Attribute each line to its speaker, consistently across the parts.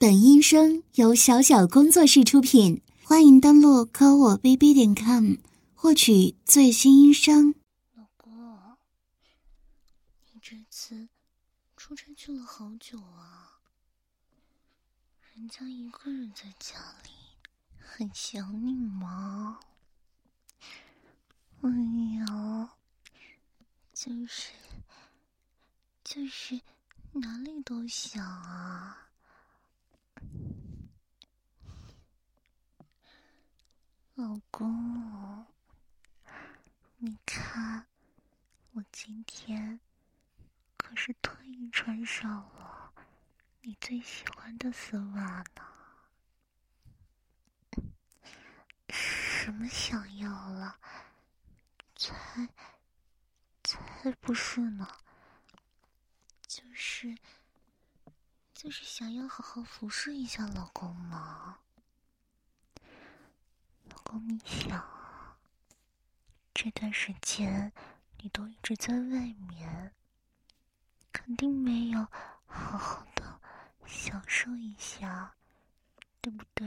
Speaker 1: 本音声由小小工作室出品，欢迎登录科我 bb.com 获取最新音声。
Speaker 2: 老公，你这次出差去了好久啊，人家一个人在家里，很想你吗？哎呀，就是哪里都想啊。老公，你看，我今天可是特意穿上了你最喜欢的丝袜呢。什么想要了？才不是呢，就是想要好好服侍一下老公嘛。老公，你想，这段时间你都一直在外面，肯定没有好好的享受一下，对不对？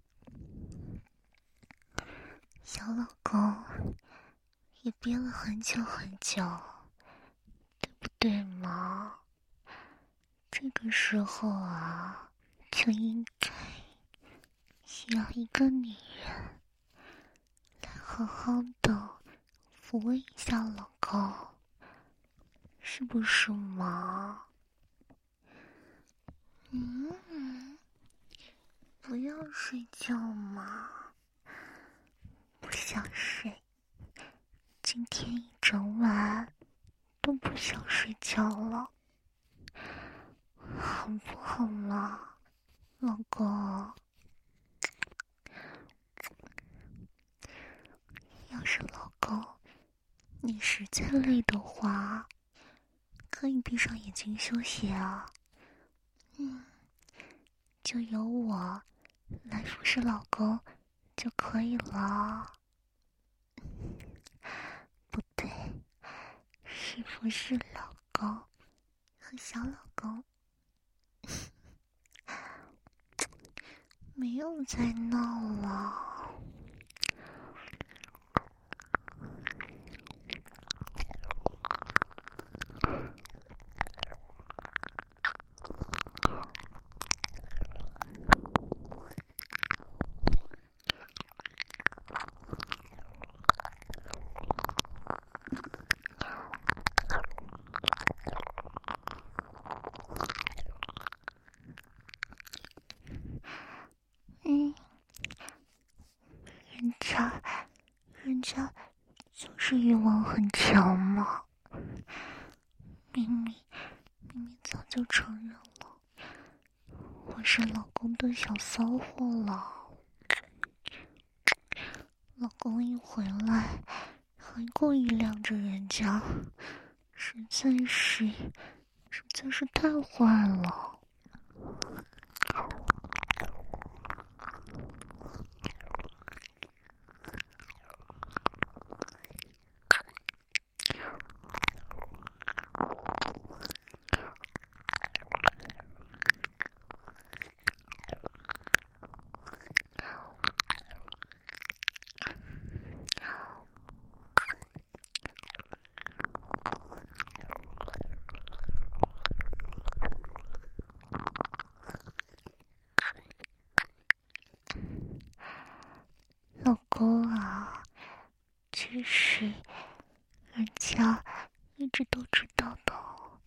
Speaker 2: 小老公也憋了很久很久，对不对嘛？这个时候啊，就应该需要一个女人来好好的抚慰一下老公，是不是嘛？不要睡觉嘛，不想睡，今天一整晚都不想睡觉了，好不好嘛，老公？要是老公你实在累的话，可以闭上眼睛休息啊。就由我来服侍老公就可以了。不对，是服侍老公和小老公。没有再闹了。人家就是欲望很强嘛，明明早就承认了，我是老公的小骚货了。老公一回来还故意晾着人家，实在是太坏了。老公啊，其实人家一直都知道的。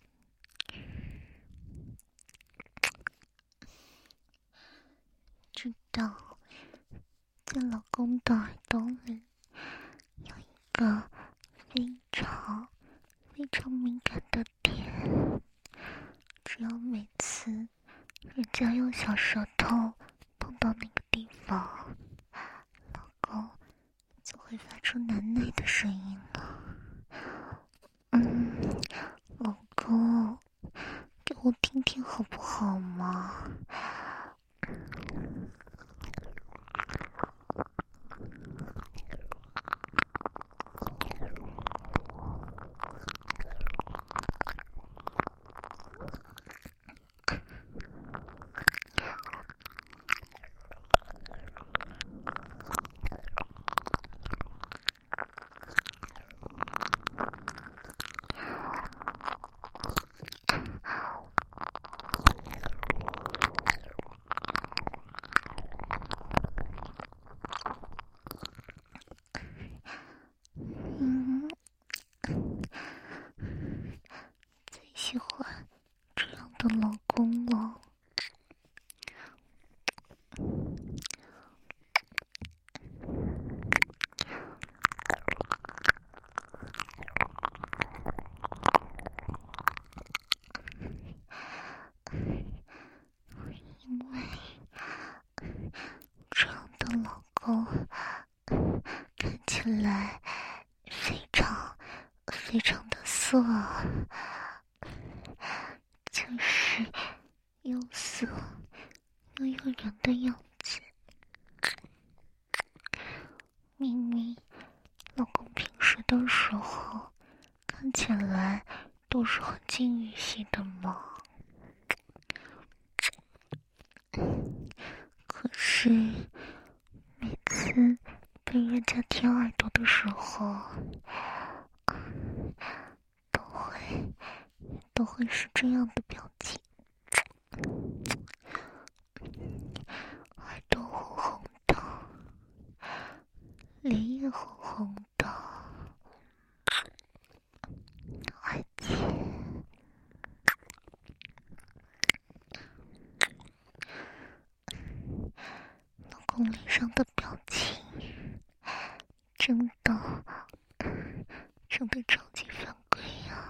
Speaker 2: 知道在老公的耳朵里有一个非常敏感的点，只要每次人家用小舌头碰到那个地方，老公就会发出奶奶的声音了。老公，给我听听好不好吗？ 的老公了。因为这样的老公看起来非常的色，就是又色又诱人的样子。明明老公平时的时候看起来都是很禁欲系的嘛，可是每次被人家舔耳朵的时候，都会是这样的表情，耳朵红红的，脸也红红的，而且老公脸上的表情真的超级犯规啊！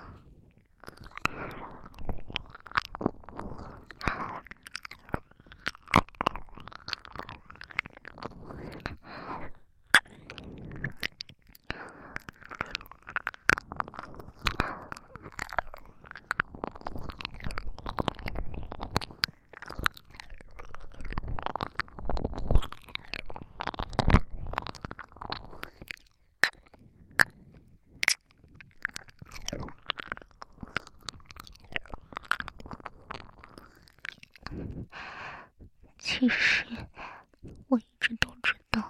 Speaker 2: 其实我一直都知道，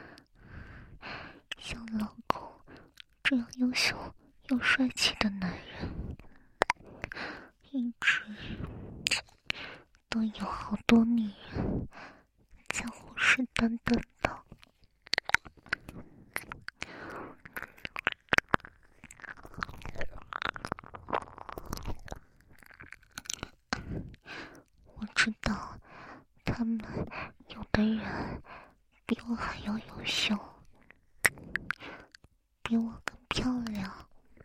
Speaker 2: 像老公这样优秀又帅气的男人，一直都有好多女人在虎视眈眈的。我知道他们有的人比我还要优秀，比我更漂亮，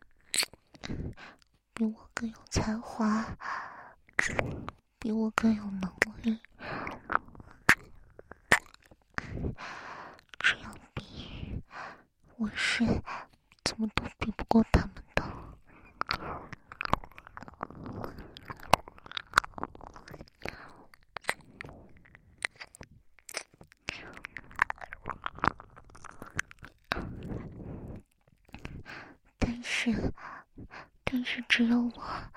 Speaker 2: 比我更有才华，比我更有能力，这样比我是怎么都比不过他们的。但是只有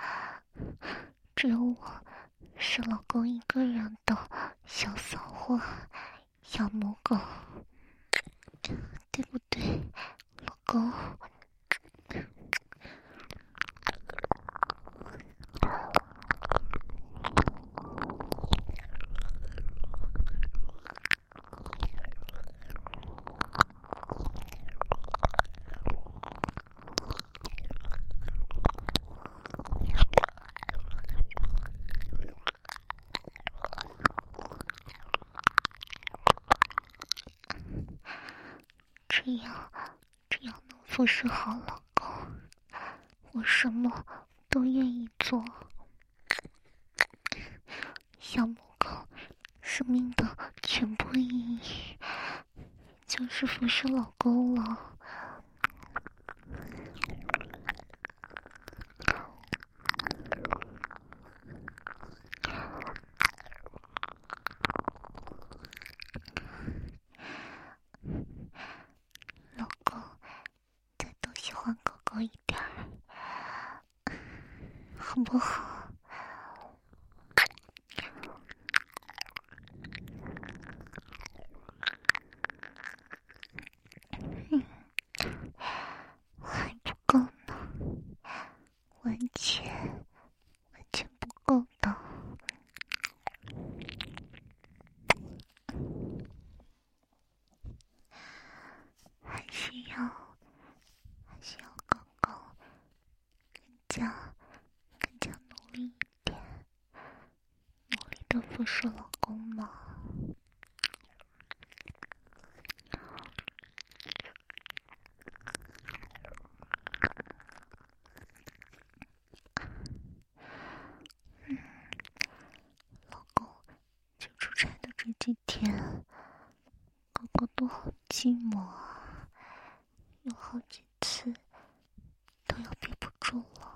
Speaker 2: 我是老公一个人的小骚货、小母狗，对不对，老公？这样能服侍好老公，我什么都愿意做。小母狗生命的全部意义就是服侍老公了。老公，再多喜欢狗狗一点儿，好不好？还不够呢，完全不够的。还需要狗狗更加努是老公吗？老公，就出差的这几天，狗狗都好寂寞啊，有好几次都要憋不住了。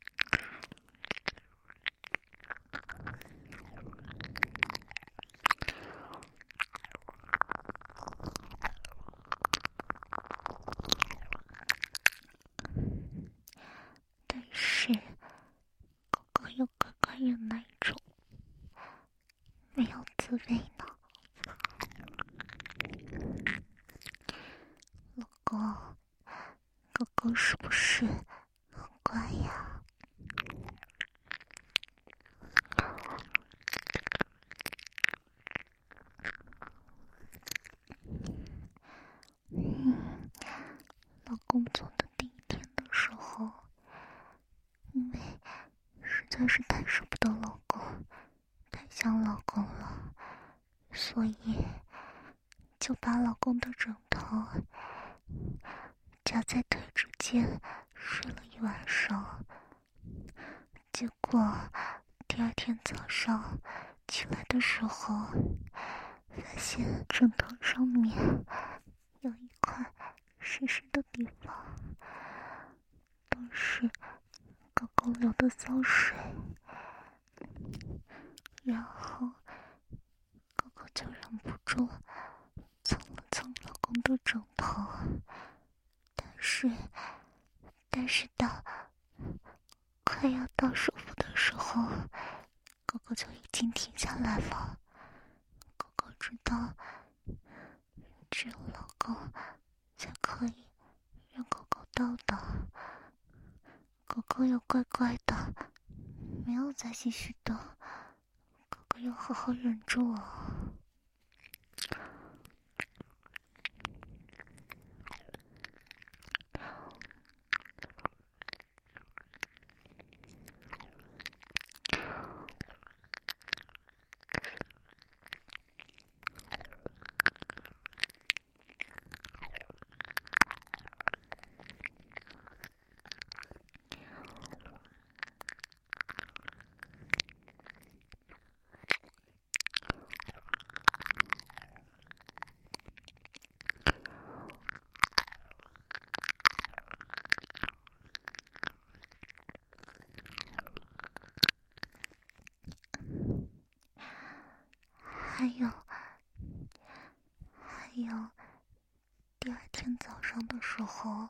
Speaker 2: 但是狗狗又乖乖的那一种，没有滋味呢。老公，狗狗是不是很乖呀？老公做的第一天的时候，因为实在是太舍不得老公，太想老公了，所以就把老公的枕头夹在腿之间睡了一晚上。结果第二天早上起来的时候，发现枕头上面有一块湿湿的地方，都是狗狗流的骚水。然后狗狗就忍不住蹭了蹭老公的枕头，但是到快要到舒服的时候，狗狗就已经停下来了。狗狗知道只有老公才可以让狗狗到的，狗狗又乖乖的没有再继续的，狗狗又好好忍住哦。还有第二天早上的时候，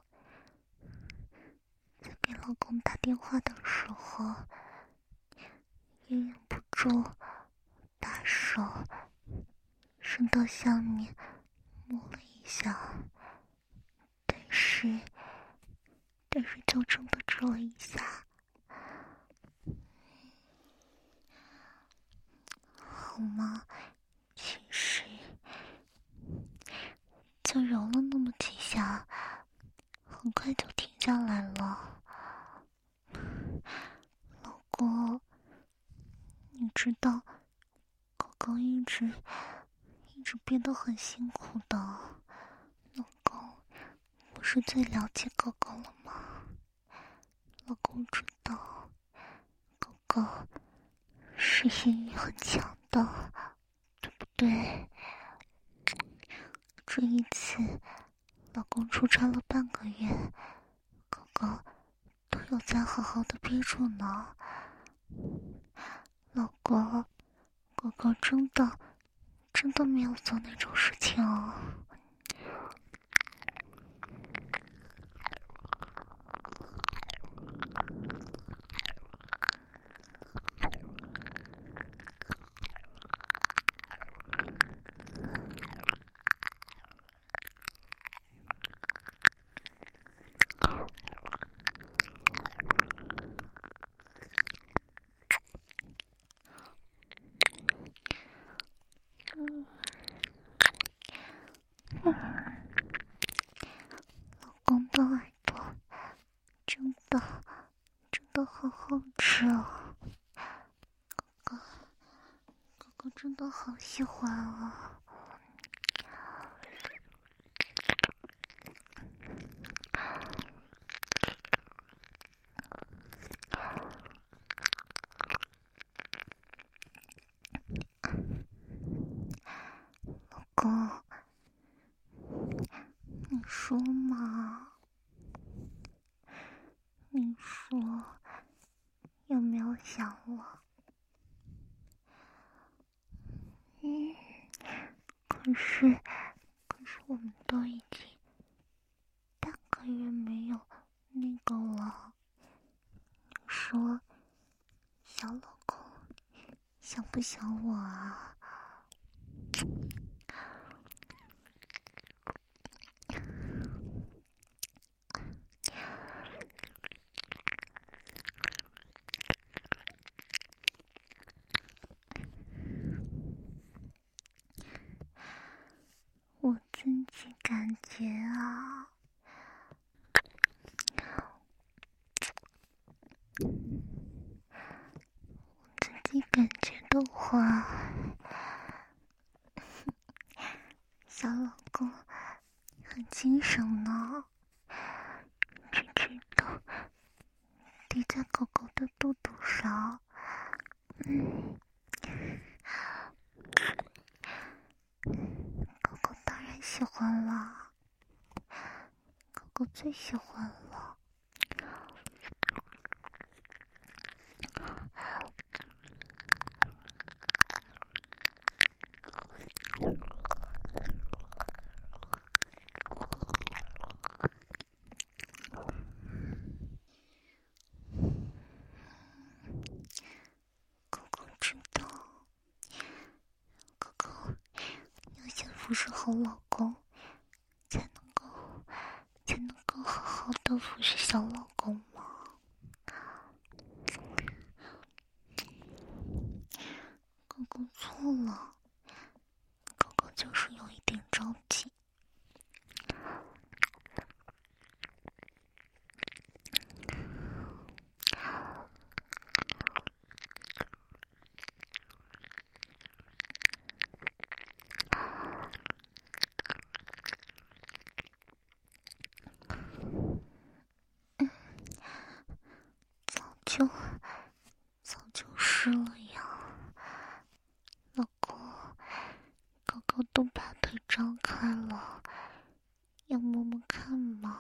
Speaker 2: 在给老公打电话的时候，也忍不住把手伸到下面摸了一下，但是就这么只了一下。好吗？其实就揉了那么几下，很快就停下来了。老公，你知道狗狗一直变得很辛苦的，老公不是最了解狗狗了吗？老公知道狗狗是性欲很强的，对不对？这一次老公出差了半个月，狗狗都有在好好的憋住呢。老公，狗狗真的没有做那种事情哦。 的好喜欢啊！老公，你说嘛？你说有没有想我？可是我们都已经半个月没有那个了。你说，小老公想不想我啊？我自己感觉啊，自己感觉的话，小老公很精神呢，直直的滴在狗狗的肚肚上，狗狗当然喜欢了，狗狗最喜欢了。狗狗知道，狗狗要先服侍好老公，才能够好好的服侍小老公吗？狗狗错了，狗狗就是有一点着急。早就是了呀，老公，狗狗都把腿张开了，要摸摸看吗？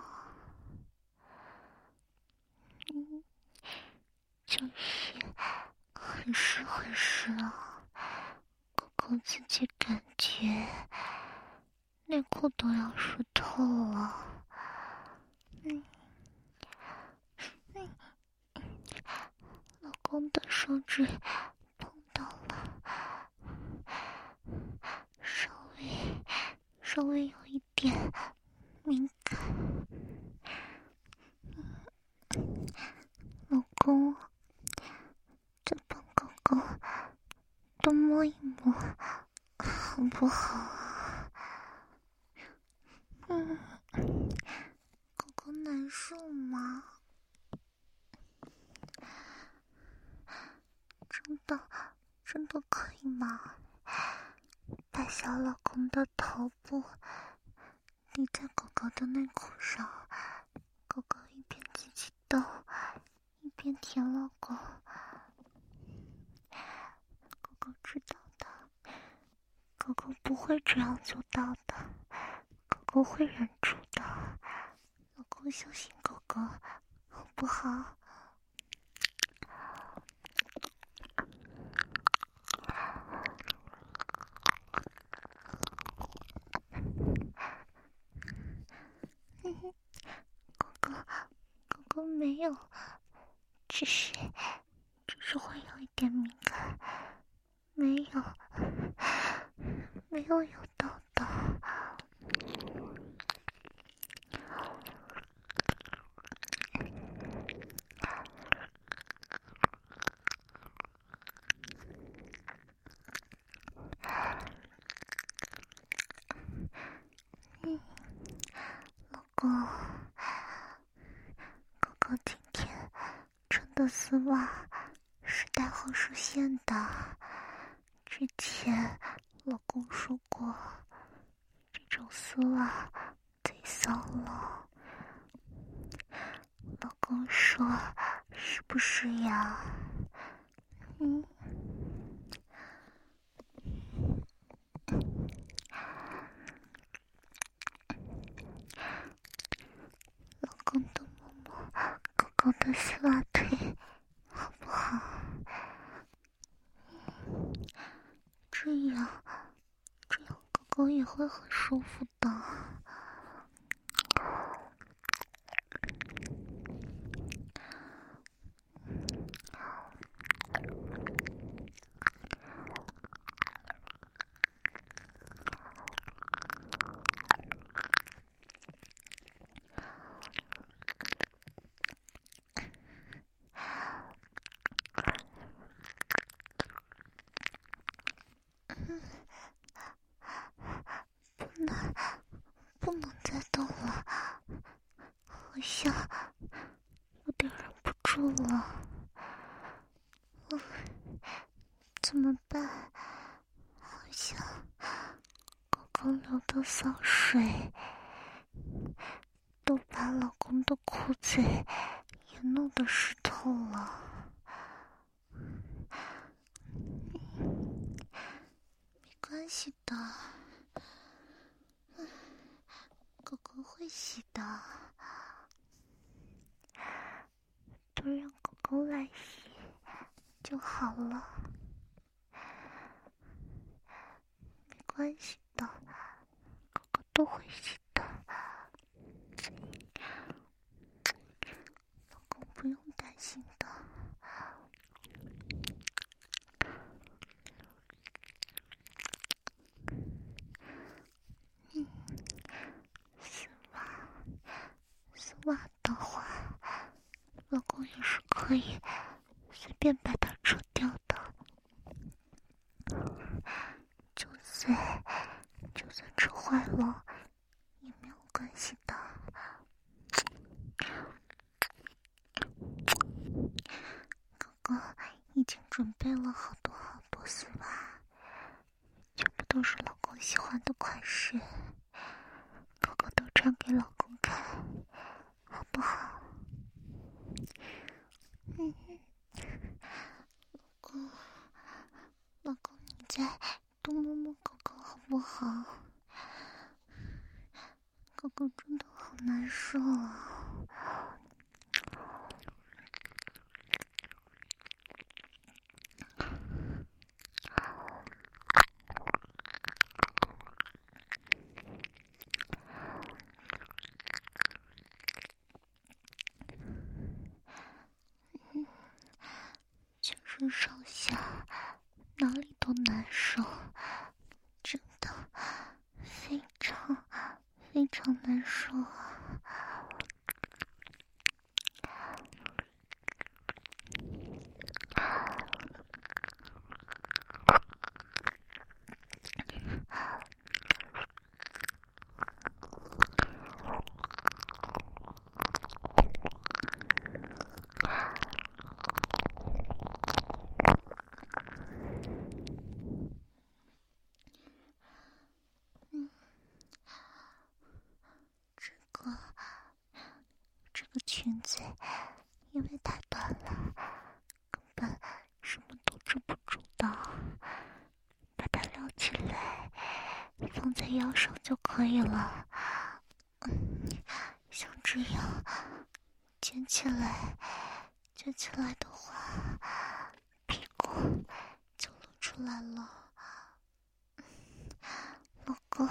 Speaker 2: 就是很湿啊，狗狗自己感觉内裤都要湿透了。老公的手指碰到了，稍微有一点敏感。老公，再帮狗狗多摸一摸，好不好啊？狗狗难受吗？真的可以吗？把小老公的头部抵在狗狗的内裤上，狗狗一边自己逗，一边舔老公。狗狗知道的，狗狗不会这样做到的，狗狗会忍住的。老公相信狗狗，好不好？狗狗没有，只是会有一点敏感，没有咬到的。老公，狗狗今天穿的丝袜是带后视线的， 之前老公说过，这种丝袜最骚了。老公说是不是呀？老公的摸摸狗狗的丝袜腿好不好？这样狗狗也会很舒服的。不能再动了，好像有点忍不住了。怎么办？好像狗狗流的骚水都把老公的裤子也弄得湿透了。没关系的，狗狗会洗的，都让狗狗来洗就好了。没关系的，狗狗都会洗的，老公不用担心的。丝袜的话，老公也是可以随便把它扯掉的，就算扯坏了也没有关系的。哥哥已经准备了好多丝袜，全部都是老公喜欢的款式，哥哥都穿给老公看，好不好？老公你再多摸摸狗狗好不好？狗狗真的好难受啊。全身上下哪里都难受，真的非常难受啊。这个裙子因为太短了，根本什么都遮不住的，把它撩起来放在腰上就可以了。像这样卷起来的话，屁股就露出来了。老公，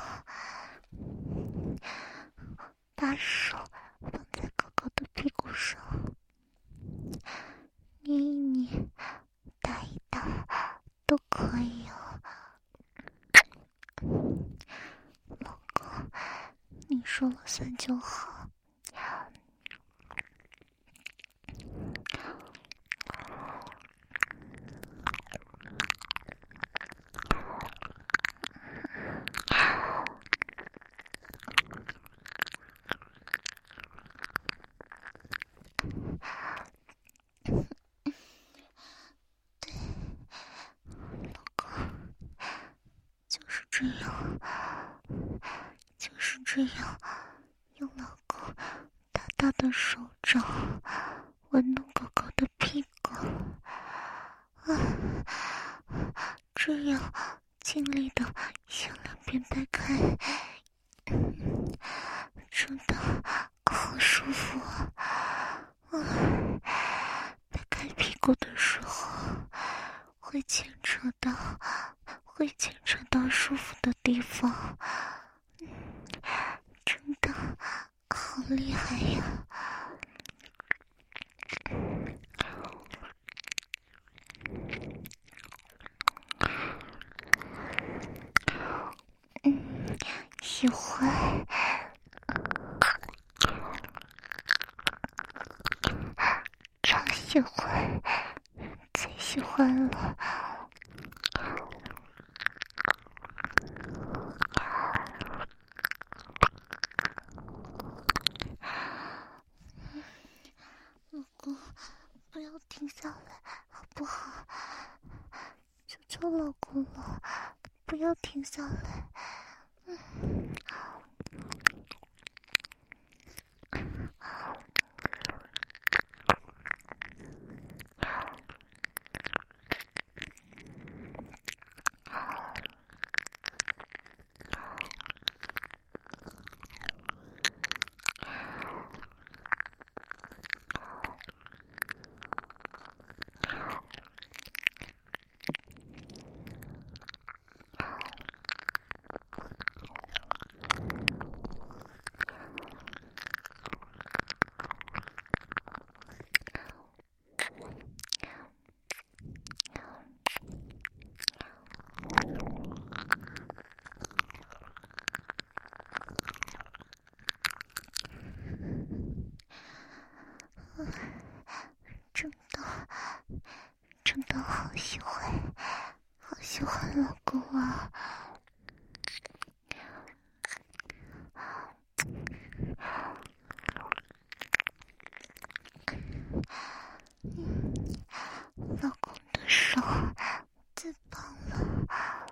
Speaker 2: 把手放在狗狗的屁股上，捏一捏，打一打都可以哦。老公，你说了算就好。 这样，用老公大大的手掌玩弄狗狗的屁股，这样尽力的向两边掰开，真的好舒服啊！掰开屁股的时候，会牵扯到舒服的地方，真的好厉害呀！喜欢，超喜欢，最喜欢了。老公，不要停下来，好不好？求求老公了，不要停下来。真的好喜欢老公啊！老公的手最棒了。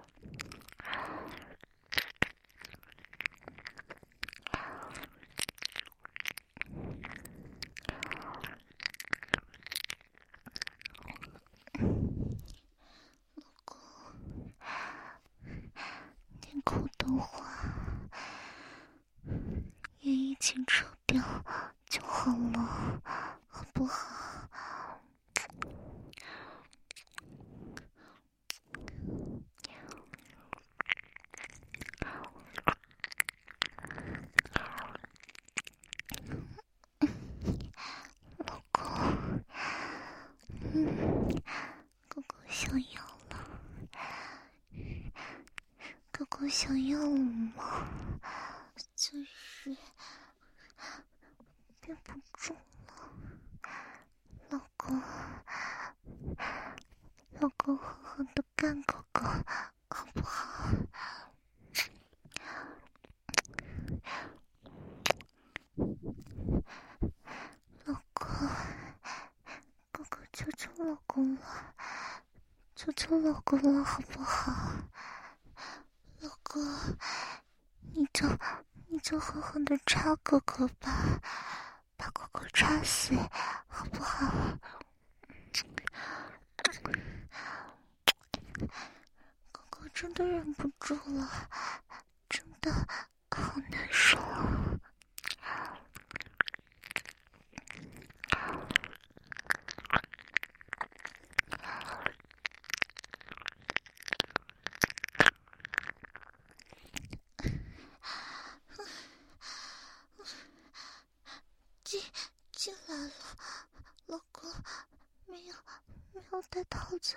Speaker 2: 连裤的话也一起扯掉就好了，好不好？老公，狗狗想要了，狗狗想要了吗？就是憋不住了，老公狠狠的干狗狗，好不好？老公，狗狗求求老公了，求求老公了，好不好？老公，你就狠狠的插狗狗吧，把狗狗插死，好不好？狗狗真的忍不住了，真的好难受。进来了，老公，没有戴套子，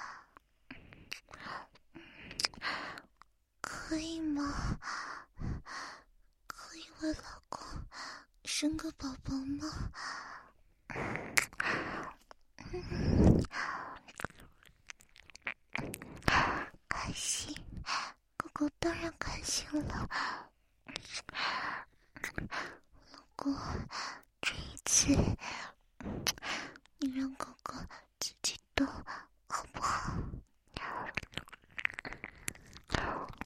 Speaker 2: 可以吗？可以为老公生个宝宝吗？开心，狗狗当然开心了。老公，这一次你让狗